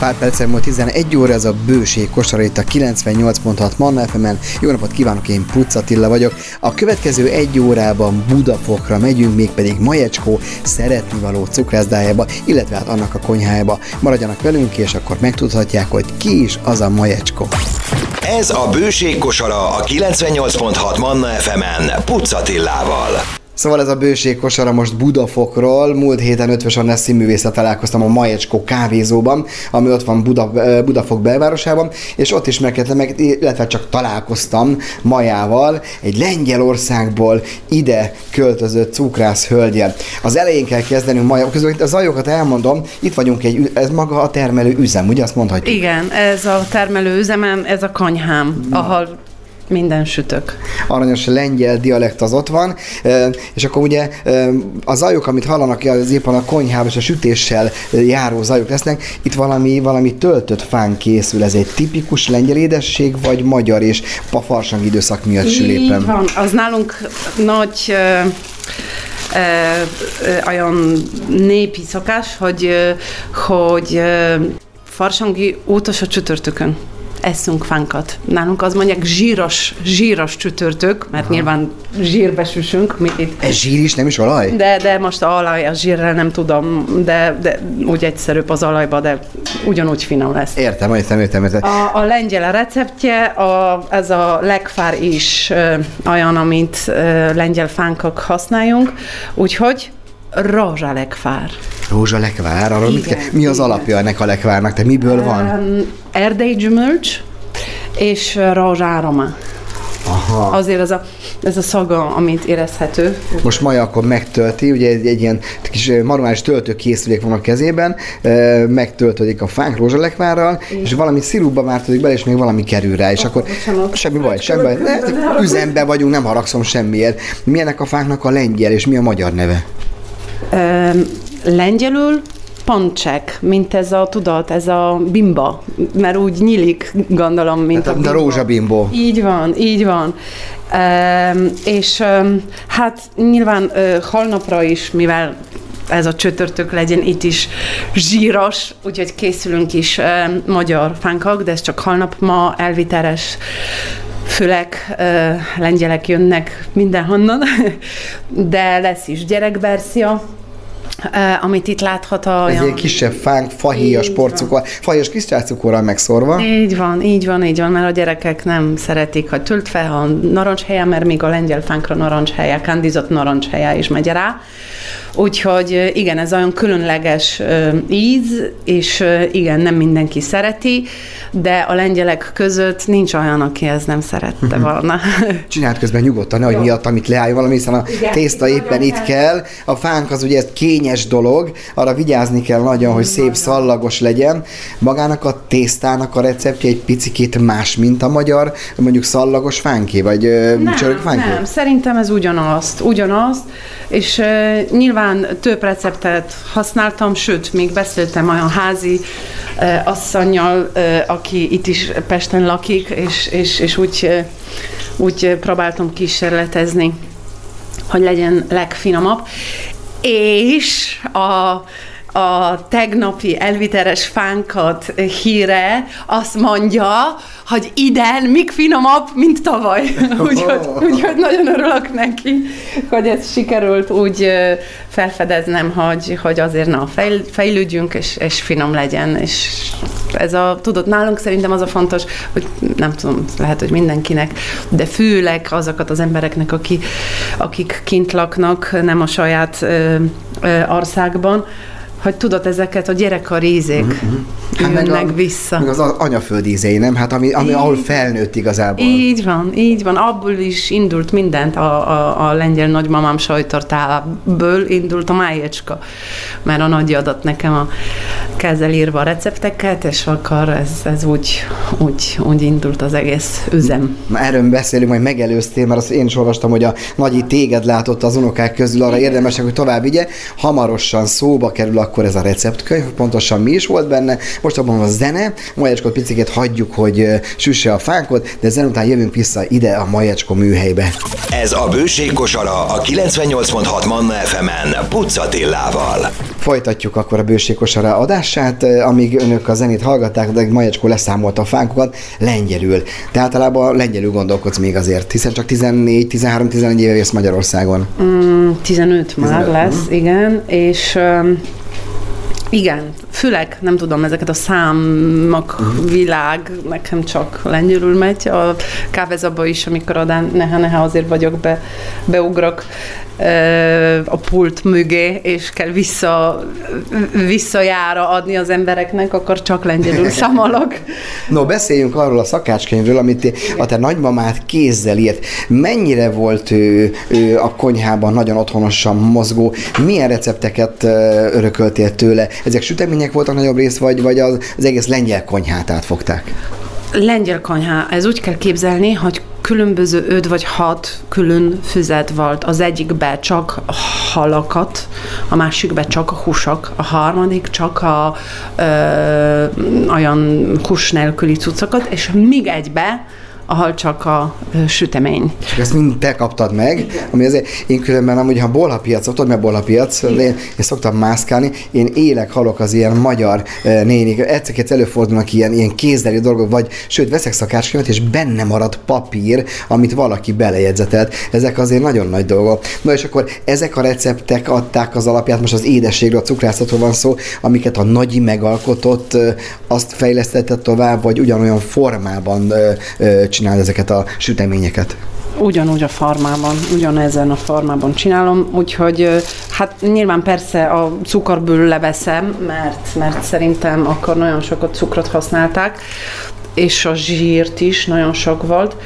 Pár percen múlt 11 óra, ez a bőség kosara itt a 98.6 Manna FM-en. Jó napot kívánok, én Pucz Attila vagyok. A következő 1 órában Budafokra megyünk, mégpedig Majecskó szeretnivaló cukrászdájába, illetve hát annak a konyhájába. Maradjanak velünk, és akkor megtudhatják, hogy ki is az a Majecskó. Ez a bőség kosara a 98.6 Manna FM-en Pucz Attilával. Szóval ez a bőség kosara most Budafokról. Múlt héten Ötvös Anna színművésszel találkoztam a Majecskó kávézóban, ami ott van Budafok belvárosában, és ott ismerkedtem meg, illetve csak találkoztam Majával, egy Lengyelországból ide költözött cukrász hölgyel. Az elején kell kezdenünk Maja, közben a zajokat elmondom, itt vagyunk ez maga a termelő üzem, ugye azt mondhatjuk? Igen, ez a termelő üzemem, ez a konyhám, ahol minden sütök. Aranyos lengyel dialekt az ott van, és akkor ugye a zajok, amit hallanak az éppen a konyhában, és a sütéssel járó zajok lesznek, itt valami töltött fán készül. Ez egy tipikus lengyel édesség, vagy magyar, és a farsang időszak miatt sül éppen? Így van, az nálunk nagy olyan népi szokás, hogy farsangi utolsó csütörtökön eszünk fánkat. Nálunk az mondják zsíros csütörtök, mert nyilván zsírbe süsünk. Ez zsír is, nem is olaj? De most a olaj, a zsírrel nem tudom, de úgy egyszerűbb az olajba, de ugyanúgy finom lesz. Értem. A lengyel receptje, ez a lekvár is olyan, amit lengyel fánkok használjunk, úgyhogy rózsalekvár. Rózsalekvár? Arról mi az alapja ennek a lekvárnak? Te miből van? Erdei gyümölcs és rózsároma. Aha. Azért ez a szaga, amit érezhető. Most Maja akkor megtölti, ugye egy ilyen kis manuális töltőkészülék van a kezében, megtöltődik a fánk rózsalekvárral, és valami szirupba mártodik bele, és még valami kerül rá, és akkor semmi baj. Üzemben vagyunk, nem haragszom semmiért. Mi ennek a fánknak a lengyel, és mi a magyar neve? Lengyelül poncsek, mint ez a bimba, mert úgy nyílik, gondolom, mint a rózsabimbó. Így van. És hát nyilván holnapra is, mivel ez a csütörtök legyen itt is zsíros, úgyhogy készülünk is magyar fánkok, de ez csak holnap, ma elviteles. Főleg lengyelek jönnek mindenhonnan, de lesz is gyerekverzió, amit itt láthat ez egy kisebb fánk, fahéjas porcukor, fahéjas kristálycukorral megszorva. Így van, mert a gyerekek nem szeretik, hogy töltve a narancshelye, mert még a lengyel fánkra narancshelye, kandizott narancshelye is megy rá. Úgyhogy igen, ez olyan különleges íz, és igen, nem mindenki szereti, de a lengyelek között nincs olyan, aki ezt nem szerette volna. Csináld közben nyugodtan, nehogy miatt, amit leálljon valami, hiszen a tészta éppen itt kell. A fánk az ugye ez kényes dolog, arra vigyázni kell nagyon, hogy szép szallagos legyen. Magának a tésztának a receptje egy picikét más, mint a magyar, mondjuk szallagos fánké, vagy csörök fánké? Nem, szerintem ez ugyanazt, és nyilván több receptet használtam, sőt, még beszéltem olyan házi asszonnyal, aki itt is Pesten lakik, és úgy próbáltam kísérletezni, hogy legyen legfinomabb. És a tegnapi elviteles fánkat híre azt mondja, hogy idén még finomabb, mint tavaly. Úgyhogy nagyon örülök neki, hogy ez sikerült úgy felfedeznem, hogy azért fejlődjünk, és finom legyen. És ez tudod, nálunk szerintem az a fontos, hogy nem tudom, lehet, hogy mindenkinek, de főleg azokat az embereknek, akik kint laknak, nem a saját országban, hogy tudod, ezeket a gyerekkor ízék jönnek vissza. Meg az anyaföld ízei, nem? Hát ahol felnőtt igazából. Így van. Abból is indult mindent. A lengyel nagymamám sajtortából indult a Majecska. Mert a nagyja adott nekem a kezzel írva a recepteket, és akkor ez úgy indult az egész üzem. Na, erről beszélünk, majd megelőztél, mert azt én is olvastam, hogy a nagyi téged látott az unokák közül, arra érdemesek, hogy tovább vigye. Hamarosan szóba kerül akkor ez a receptkönyv, pontosan mi is volt benne. Most abban van a zene, Majecskót picit hagyjuk, hogy süsse a fánkot, de zene után jövünk vissza ide a Majecskó műhelybe. Ez a bőség kosara a 98.6 Manna FM-en Pucz Attilával. Folytatjuk akkor a bőségkosara adását, amíg önök a zenét hallgatták, de Majecskó leszámolta a fánkokat lengyelül. Te általában lengyelül gondolkodsz még azért, hiszen csak 13-14 éve jössz Magyarországon. 15 már lesz, igen, és igen, fülek, nem tudom, ezeket a számok világ, nekem csak lengyelül megy. A kávézaba is, amikor adán neha azért vagyok, beugrok a pult mögé, és kell visszajára adni az embereknek, akkor csak lengyelül számolok. No, beszéljünk arról a szakácskönyvről, amit a te nagymamád kézzel írt. Mennyire volt ő a konyhában nagyon otthonosan mozgó? Milyen recepteket örököltél tőle? Ezek sütemények voltak nagyobb rész, vagy az egész lengyel konyhát átfogták? Lengyel konyha, ez úgy kell képzelni, hogy különböző 5 vagy 6 külön füzet volt. Az egyikben csak halakat, a másikben csak a húsok, a harmadik csak olyan hús nélküli cuccokat, és még egybe ahol csak a sütemény. És ezt mind te kaptad meg, igen. Ami azért én különben amúgy, ha bolhapiac, tudod, mi a bolhapiac? Én szoktam mászkálni, én élek, halok az ilyen magyar nénik, egyszer előfordulnak ilyen kézzelű dolgok, vagy sőt, veszek szakácskönyvet, és benne marad papír, amit valaki belejegyzetelt. Ezek azért nagyon nagy dolgok. Na és akkor ezek a receptek adták az alapját, most az édességről, a cukrászatról van szó, amiket a nagyi megalkotott, azt fejlesztette tovább, vagy ugyanolyan formában csinál ezeket a süteményeket? Ugyanúgy a formában, ugyanezen a formában csinálom, úgyhogy hát nyilván persze a cukorből leveszem, mert szerintem akkor nagyon sokat cukrot használták, és a zsírt is nagyon sok volt,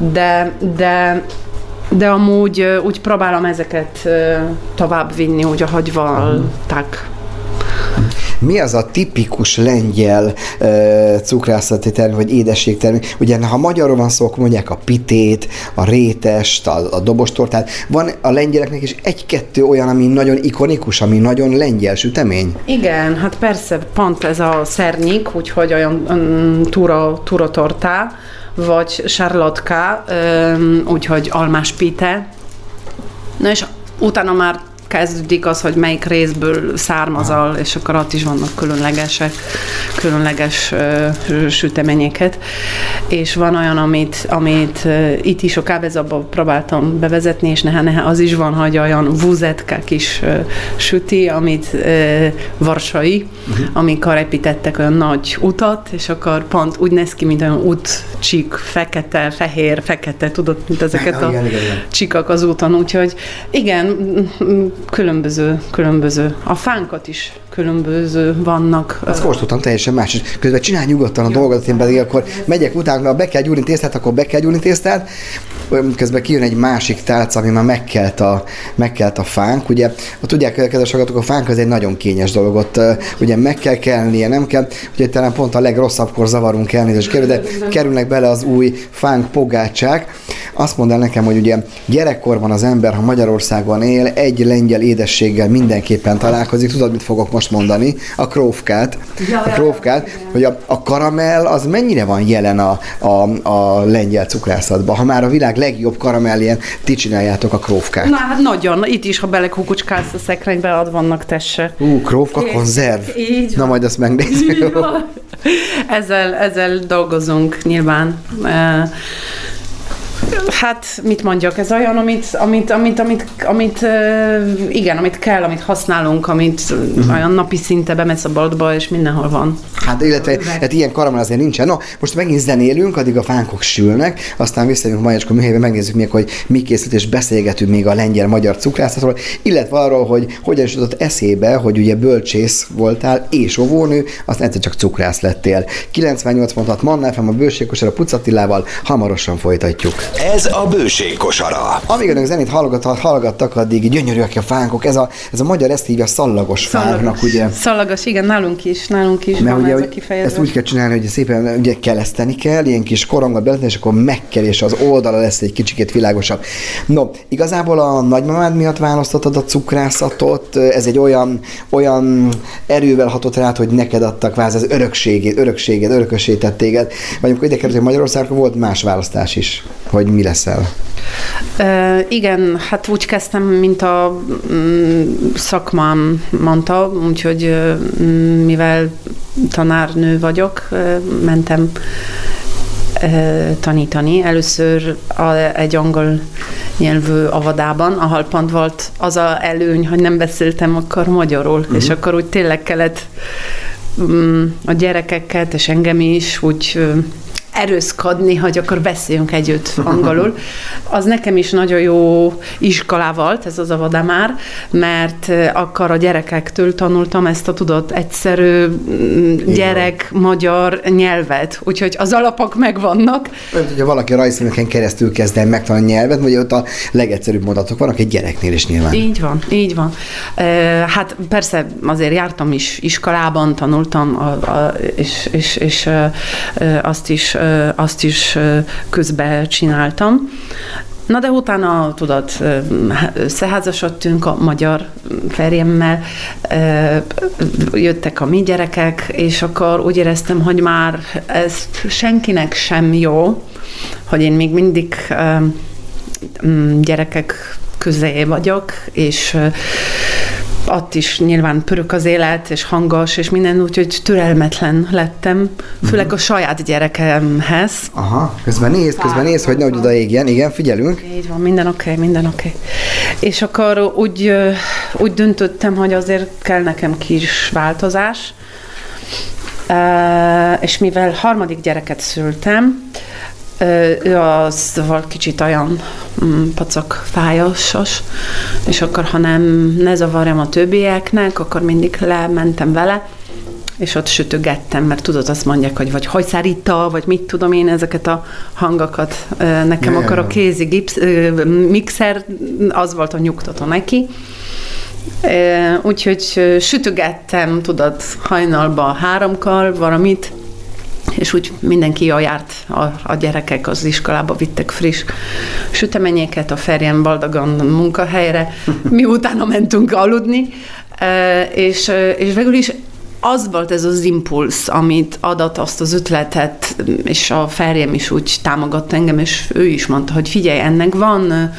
de amúgy úgy próbálom ezeket tovább vinni, úgy ahogy voltak. Mi az a tipikus lengyel cukrászati termék, vagy édességtermék? Ugye, ha magyarul van szó, akkor mondják a pitét, a rétest, a dobostortát. Van a lengyeleknek is egy-kettő olyan, ami nagyon ikonikus, ami nagyon lengyel sütemény? Igen, hát persze, pont ez a szernyik, úgyhogy olyan túratortá, vagy sarlotka, úgyhogy almás pite. Na és utána már kezdődik az, hogy melyik részből származol, és akkor ott is vannak különleges süteményeket. És van olyan, amit itt is a kávézóban próbáltam bevezetni, és néha az is van, hogy olyan vuzetkák is süti, amit varsai, amikor építettek olyan nagy utat, és akkor pont úgy néz ki, mint olyan útcsík, fekete, fehér, fekete, tudod, mint ezeket a csíkak az úton. Úgyhogy igen, különböző. A fánkot is különböző vannak. Azt kóstoltam teljesen más, és közben csinálj nyugodtan a dolgot, én pedig akkor megyek utána, ha be kell gyúrni tésztát, akkor be kell gyúrni tésztát, közben kijön egy másik tálca, ami már megkelt a fánk. Ugye, tudják, kedves hallgatók, a fánk az egy nagyon kényes dolog, ott ugye meg kell kelnie, nem kell, ugye talán pont a legrosszabbkor zavarunk elnézést, de kerülnek bele az új fánk pogácsák. Azt mondd el nekem, hogy ugye gyerekkorban az ember, ha Magyarországon él, egy lengyel édességgel mindenképpen találkozik. Tudod, mit fogok most mondani? A krófkát. Hogy a karamell az mennyire van jelen a lengyel cukrászatban? Ha már a világ legjobb karamellien, ti csináljátok a krófkát. Na hát nagyon. Itt is, ha belekukucskálsz a szekrénybe, ott vannak tesse. Krófka konzerv. Így na majd azt megnézzük. Ezzel dolgozunk nyilván. Hát, mit mondjak, ez olyan, amit kell, amit használunk, amit olyan napi szinte bemész a boltba, és mindenhol van. Hát, illetve hát ilyen karamell azért nincsen. No, most megint zenélünk, addig a fánkok sülnek, aztán visszajövünk Majecskó műhelybe, megnézzük még, hogy mi készült, és beszélgetünk még a lengyel-magyar cukrászatról, illetve arról, hogy hogyan is jutott eszébe, hogy ugye bölcsész voltál és óvónő, aztán egyszer csak cukrász lettél. 98.6 Manna FM, a bőségkosara Pucz Attilával, hamarosan folytatjuk. Ez a bőségkosara. Amíg önök zenét hallgattak, addig gyönyörűek a fánkok. Ez a magyar ezt hívja szallagos fánknak, ugye? Szallagos, igen, nálunk is mert van ugye, ez a kifejezés. Ezt úgy kell csinálni, hogy szépen ugye keleszteni kell, ilyen kis korongot beletenni, és akkor megkel, és az oldala lesz egy kicsikét világosabb. No, igazából a nagymamád miatt választottad a cukrászatot, ez egy olyan erővel hatott rád, hogy neked adtak kvázi az örökségét, örökösítették téged. Vagy amikor ide kerültél Magyarországra, volt más választás is, hogy mi leszel? Igen, hát úgy kezdtem, mint a szakmám mondta, úgyhogy mivel tanárnő vagyok, mentem tanítani. Először egy angol nyelvű avadában, ahol pont volt az az előny, hogy nem beszéltem akkor magyarul, és akkor úgy tényleg kellett a gyerekeket, és engem is úgy erőszkodni, hogy akkor beszéljünk együtt angolul. Az nekem is nagyon jó iskola volt, ez az avada már, mert akkor a gyerekektől tanultam ezt a tudott egyszerű gyerek magyar nyelvet, úgyhogy az alapok megvannak. Olyan, hogyha valaki rajzfilmeken keresztül kezd el megtanulni nyelvet, vagy ott a legegyszerűbb mondatok vannak egy gyereknél is nyilván. Így van. Hát persze azért jártam is iskolában, tanultam, és azt is közben csináltam. Na de utána, tudod, összeházasodtunk a magyar férjemmel, jöttek a mi gyerekek, és akkor úgy éreztem, hogy már ez senkinek sem jó, hogy én még mindig gyerekek közé vagyok, és ott is nyilván pörög az élet, és hangos, és minden, úgyhogy türelmetlen lettem, főleg a saját gyerekemhez. Aha, közben nézd, hogy nehogy odaégjen. Igen, figyelünk. Így van, minden oké. És akkor úgy döntöttem, hogy azért kell nekem kis változás, és mivel harmadik gyereket szültem, ő az volt kicsit olyan pacak fájosos, és akkor, ha ne zavarjam a többieknek, akkor mindig lementem vele, és ott sütögettem, mert tudod, azt mondják, hogy vagy hajszárita, vagy mit tudom én, ezeket a hangokat. Nekem akkor a kézi mixer, az volt a nyugtató neki. Úgyhogy sütögettem, tudod, hajnalba 3-kor valamit, és úgy mindenki jól járt, a gyerekek az iskolába vittek friss süteményeket, a férjem boldogan munkahelyre, mi utána mentünk aludni, és végül is az volt ez az impulsz, amit adott azt az ötletet, és a férjem is úgy támogatta engem, és ő is mondta, hogy figyelj, ennek van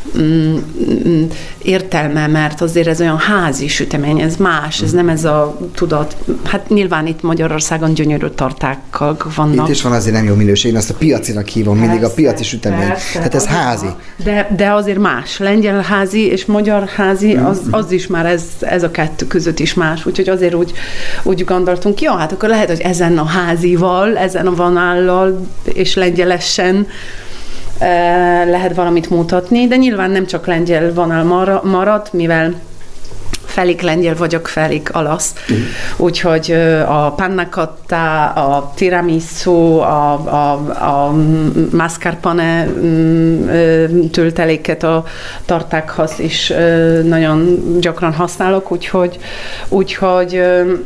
értelme, mert azért ez olyan házi sütemény, ez más, ez nem ez a, tudod, hát nyilván itt Magyarországon gyönyörű tartákkal vannak. Itt is van azért nem jó minőség, azt a piacinak hívom, mindig a piaci sütemény. Hát ez házi. De azért más. Lengyel házi és magyar házi, az is már ez a kettő között is más, úgyhogy azért úgy gondoltunk, jó, hát akkor lehet, hogy ezen a házival, ezen a vonallal és lengyelesen lehet valamit mutatni, de nyilván nem csak lengyel vonal maradt, mivel félig lengyel vagyok, félig olasz. Úgyhogy a panna cotta, a tiramisu, a mascarpone tölteléket a tartákhoz is nagyon gyakran használok, úgyhogy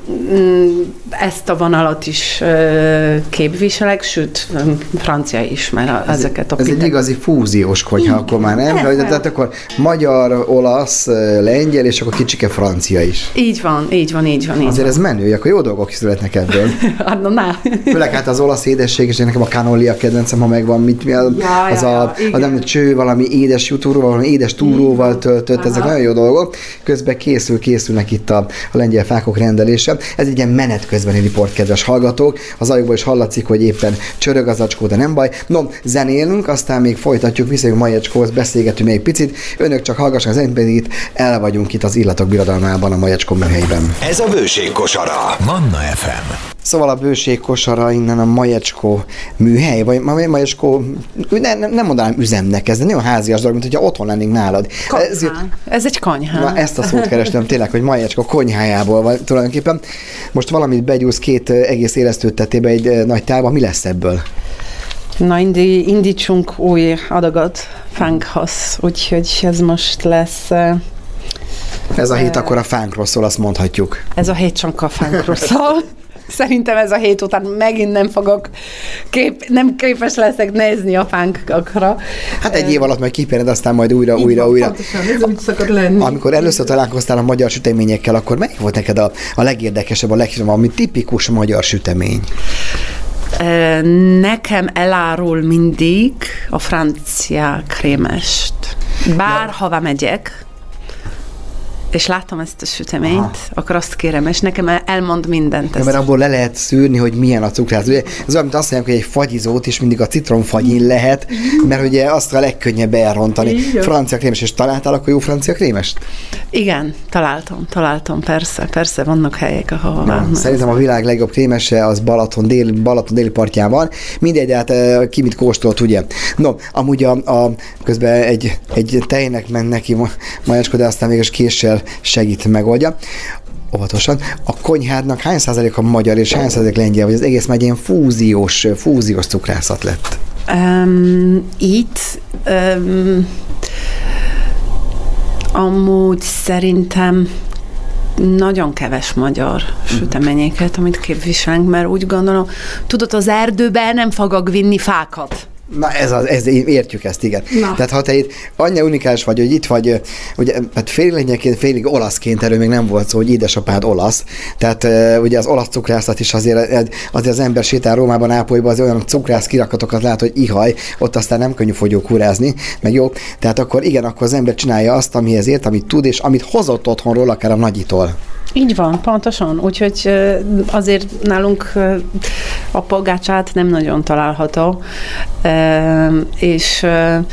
ezt a vonalat is képviselek, sőt, francia is, mert ezeket a Ez egy igazi fúziós konyha, akkor már nem? Tehát akkor magyar, olasz, lengyel, és akkor kicsike francia is. Így van. Azért ez menő, akkor jó dolgok születnek ebből. Főleg hát az olasz édesség, és nekem a cannoli a kedvencem, ha megvan, az nem cső, valami édes jutúróval, valami édes túróval töltött, ezek nagyon jó dolgok. Közben készülnek itt a lengyel fákok rendelése. Ez egy ilyen menet közbeni riport, kedves hallgatók. Az ajukból is hallatszik, hogy éppen csörög az acskó, de nem baj. No, zenélünk, aztán még folytatjuk, visszajövünk Majecskóhoz, beszélgetünk még picit. Önök csak hallgassanak, zenét, pedig itt el vagyunk itt az Illatok Birodalmában, a Majecskó műhelyben. Ez a Bőség kosara. Manna FM. Szóval a Bőség kosara innen a Majecskó műhely, vagy Majecskó, nem mondanám üzemnek, ez nagyon házias dolog, mint hogyha otthon lennénk nálad. Ez egy konyha. Na, ezt a szót kerestem tényleg, hogy Majecskó konyhájából van tulajdonképpen. Most valamit begyúrsz két egész élesztőtetébe egy nagy tálba, mi lesz ebből? Na, indítsunk új adagot fánkhoz, úgyhogy ez most lesz... Ez a hét akkor a fánkról szól, azt mondhatjuk. Ez a hét csak a fánkról szól. Szerintem ez a hét után megint nem képes leszek nézni a fánkokra. Hát egy év alatt majd kipered, aztán majd újra. Pontosan, ez úgy szokott lenni. Amikor először találkoztál a magyar süteményekkel, akkor melyik volt neked a legérdekesebb, ami tipikus magyar sütemény? Nekem elárul mindig a francia krémest. Bárhova megyek, és látom ezt a süteményt, akkor azt kérem, és nekem elmond mindent. Ja, mert abból le lehet szűrni, hogy milyen a cukrász. Ugye, ez olyan, mint azt mondják, hogy egy fagyizót is mindig a citromfagyin lehet, mert ugye azt a legkönnyebb elrontani. Igen. Francia krémes, és találtál akkor jó francia krémest? Igen, találtam, persze, vannak helyek, ahol vannak. Szerintem a világ legjobb krémese az Balaton déli partján van. Mindegy, hát ki mit kóstolt, ugye. No, amúgy közben egy tejnek ment neki Majacska, de aztán mégis késsel segít, megoldja. Óvatosan. A konyhádnak hány százalék a magyar és hány százalék lengyel, vagy az egész már egy ilyen fúziós cukrászat lett? Itt amúgy szerintem nagyon keves magyar süteményeket, amit képviselünk, mert úgy gondolom, tudod, az erdőben nem fogok vinni fákat. Na értjük ezt, igen. Na. Tehát ha te itt annyira unikális vagy, hogy itt vagy, ugye, hát félig lengyelként, félig olaszként, erről még nem volt szó, hogy édesapád olasz, tehát ugye az olasz cukrászat is azért az ember sétál Rómában, Nápolyban, az olyan cukrász kirakatokat lát, hogy ihaj, ott aztán nem könnyű fogyókúrázni, meg jó, tehát akkor igen, akkor az ember csinálja azt, amihez ért, amit tud, és amit hozott otthonról, akár a nagyitól. Így van, pontosan. Úgyhogy azért nálunk a pogácsát nem nagyon található, és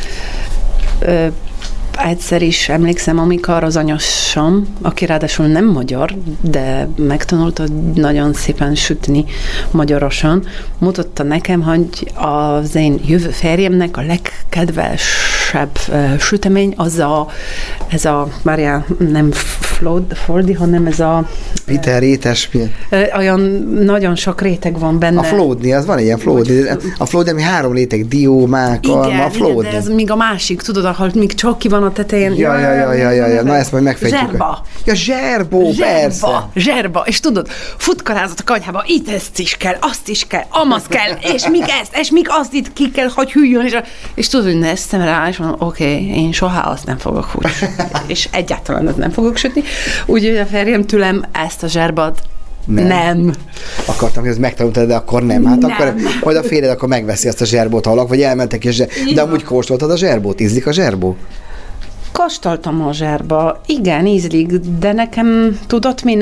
egyszer is emlékszem, amikor az anyósom, aki ráadásul nem magyar, de megtanulta nagyon szépen sütni magyarosan, mutatta nekem, hogy az én jövő férjemnek a legkedvesebb sütemény ez a Mária, nem flódi, hanem ez a Peter rétes. Olyan nagyon sok réteg van benne. A flódni, az van ilyen flódni. A flódni, ami 3 réteg, dió, máka, a flódni. Igen, de ez még a másik, tudod, ahol még csoki van a tetején. Ja, na ezt majd megfejtjük. Zserba. Ja, zserbó, persze. Zserba, és tudod, futkarázott a konyhába, itt ezt is kell, azt is kell, amaz kell, és még ezt, és még azt itt ki kell, hogy hűljön, és tudod, hogy néztem rá, és mondom, oké, én soha azt nem fogok úgy és egyáltalán azt nem fogok sütni. Úgyhogy a férjem tőlem ezt a zserbát nem. Akartam, hogy ezt megtanultad, de akkor nem. Hát nem. Akkor majd a férjed akkor megveszi azt a zserbót, vagy elmentek, és de amúgy kóstoltad a zserbót? Ízlik a zserbó? Kóstoltam a zserba. Igen, ízlik, de nekem, tudod mi,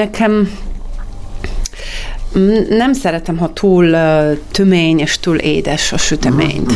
nem szeretem, ha túl tömény és túl édes a süteményt.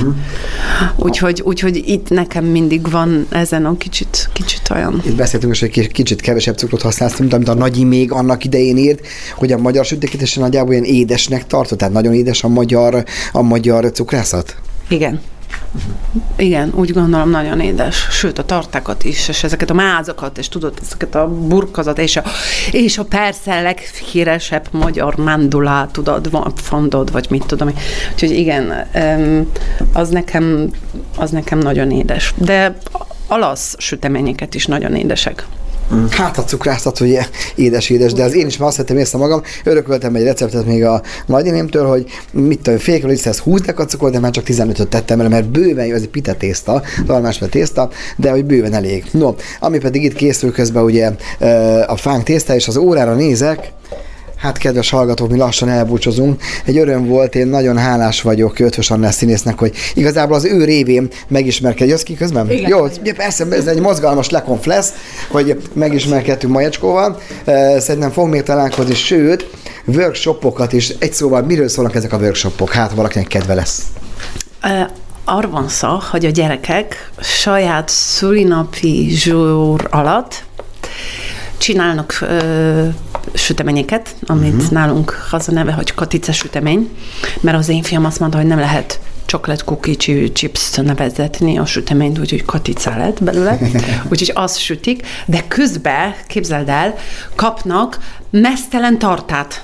Úgyhogy itt nekem mindig van ezen a kicsit olyan. Itt beszéltünk is, hogy kicsit kevesebb cukrot használsz, mint amit a Nagyi még annak idején írt, hogy a magyar sütéket nagyjából olyan édesnek tartott, tehát nagyon édes a magyar cukrászat? Igen. Igen, úgy gondolom nagyon édes. Sőt, a tartákat is, és ezeket a mázokat, és tudod, ezeket a burkazat, és a persze leghíresebb magyar mandula, tudod, fondod, vagy mit tudom. Úgyhogy igen, az nekem nagyon édes. De olasz süteményeket is nagyon édesek. Hát a cukrászat, hogy édes, de az én is már azt vettem észre magam, örököltem egy receptet még a nagynénémtől, hogy mit tudom, fél kiló 20 a cukor, de már csak 15-öt tettem el, mert bőven jó, ez egy pita tészta, dalmásféle tészta, de hogy bőven elég. No, ami pedig itt készül közben ugye a fánk tészta, és az órára nézek, hát kedves hallgatók, mi lassan elbúcsozunk. Egy öröm volt, én nagyon hálás vagyok Ötvös Annás színésznek, hogy igazából az ő révén megismerkedj. Jössz ki közben? Igen. Jó, persze, ez egy mozgalmas lekonf lesz, hogy megismerkedtünk Majacskóval. Szerintem fogunk még találkozni, sőt, workshopokat is. Egy szóval, miről szólnak ezek a workshopok? Hát valakinek kedve lesz. Arra van szó, hogy a gyerekek saját szülinapi zsúr alatt csinálnak süteményeket, amit nálunk az a neve, hogy katica sütemény, mert az én fiam azt mondta, hogy nem lehet chocolate cookie chips nevezetni a süteményt, úgyhogy katica lett belőle, úgyhogy azt sütik, de közben, képzeld el, kapnak meztelen tartát.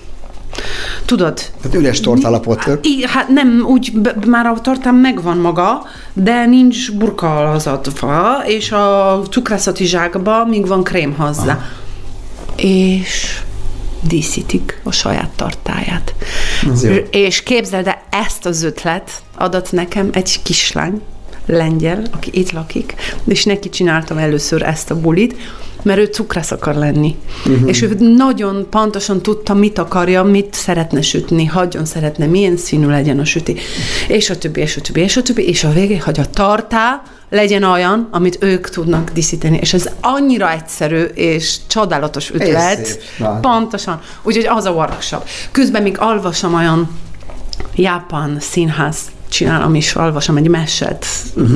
Tudod? Hát üres tortalapot. Hát nem, úgy már a tortám megvan maga, de nincs burkolazatva, és a cukrászati zsákban még van krém hozzá. És díszítik a saját tartáját. És képzeld el, ezt az ötlet adott nekem egy kislány, lengyel, aki itt lakik, és neki csináltam először ezt a bulit, mert ő cukrász akar lenni. És ő nagyon pontosan tudta, mit akarja, mit szeretne sütni, hogyan szeretne, milyen színű legyen a süti, és a többi, és a többi, és a többi, és a végén, hogy a tartá legyen olyan, amit ők tudnak díszíteni. És ez annyira egyszerű és csodálatos ötlet. Pontosan. Úgyhogy az a workshop. Közben még olvasom olyan japán színház csinálom is, olvasom egy meset.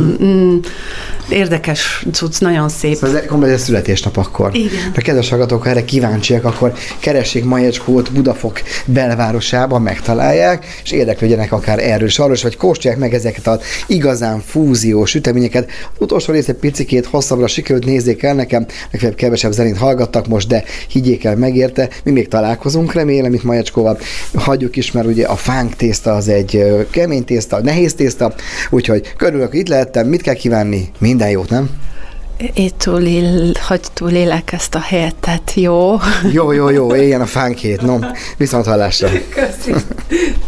Érdekes cucc, nagyon szép. Szóval ez komplet egy születésnap akkor. Igen. A kedves hallgatók, ha erre kíváncsiak, akkor keressék Majecskót Budafok belvárosában, megtalálják, és érdeklődjenek akár erről is, arról is, vagy kóstolják meg ezeket az igazán fúziós süteményeket. Az utolsó rész egy picikét hosszabbra sikerült, nézzék el nekem, legfeljebb kevesebb zenét hallgattak most, de higgyék el, megérte. Mi még találkozunk, remélem itt Majecskóval. Hagyjuk is, mert ugye a fánk tészta az egy kemény tészta, nehéz tészta, úgyhogy körülök, itt lehettem, mit kell kívánni? Minden jót, nem? Hogy túlélek ezt a hétet, jó? Jó, éljen a fánk hét, no, viszont hallásra. Köszönöm.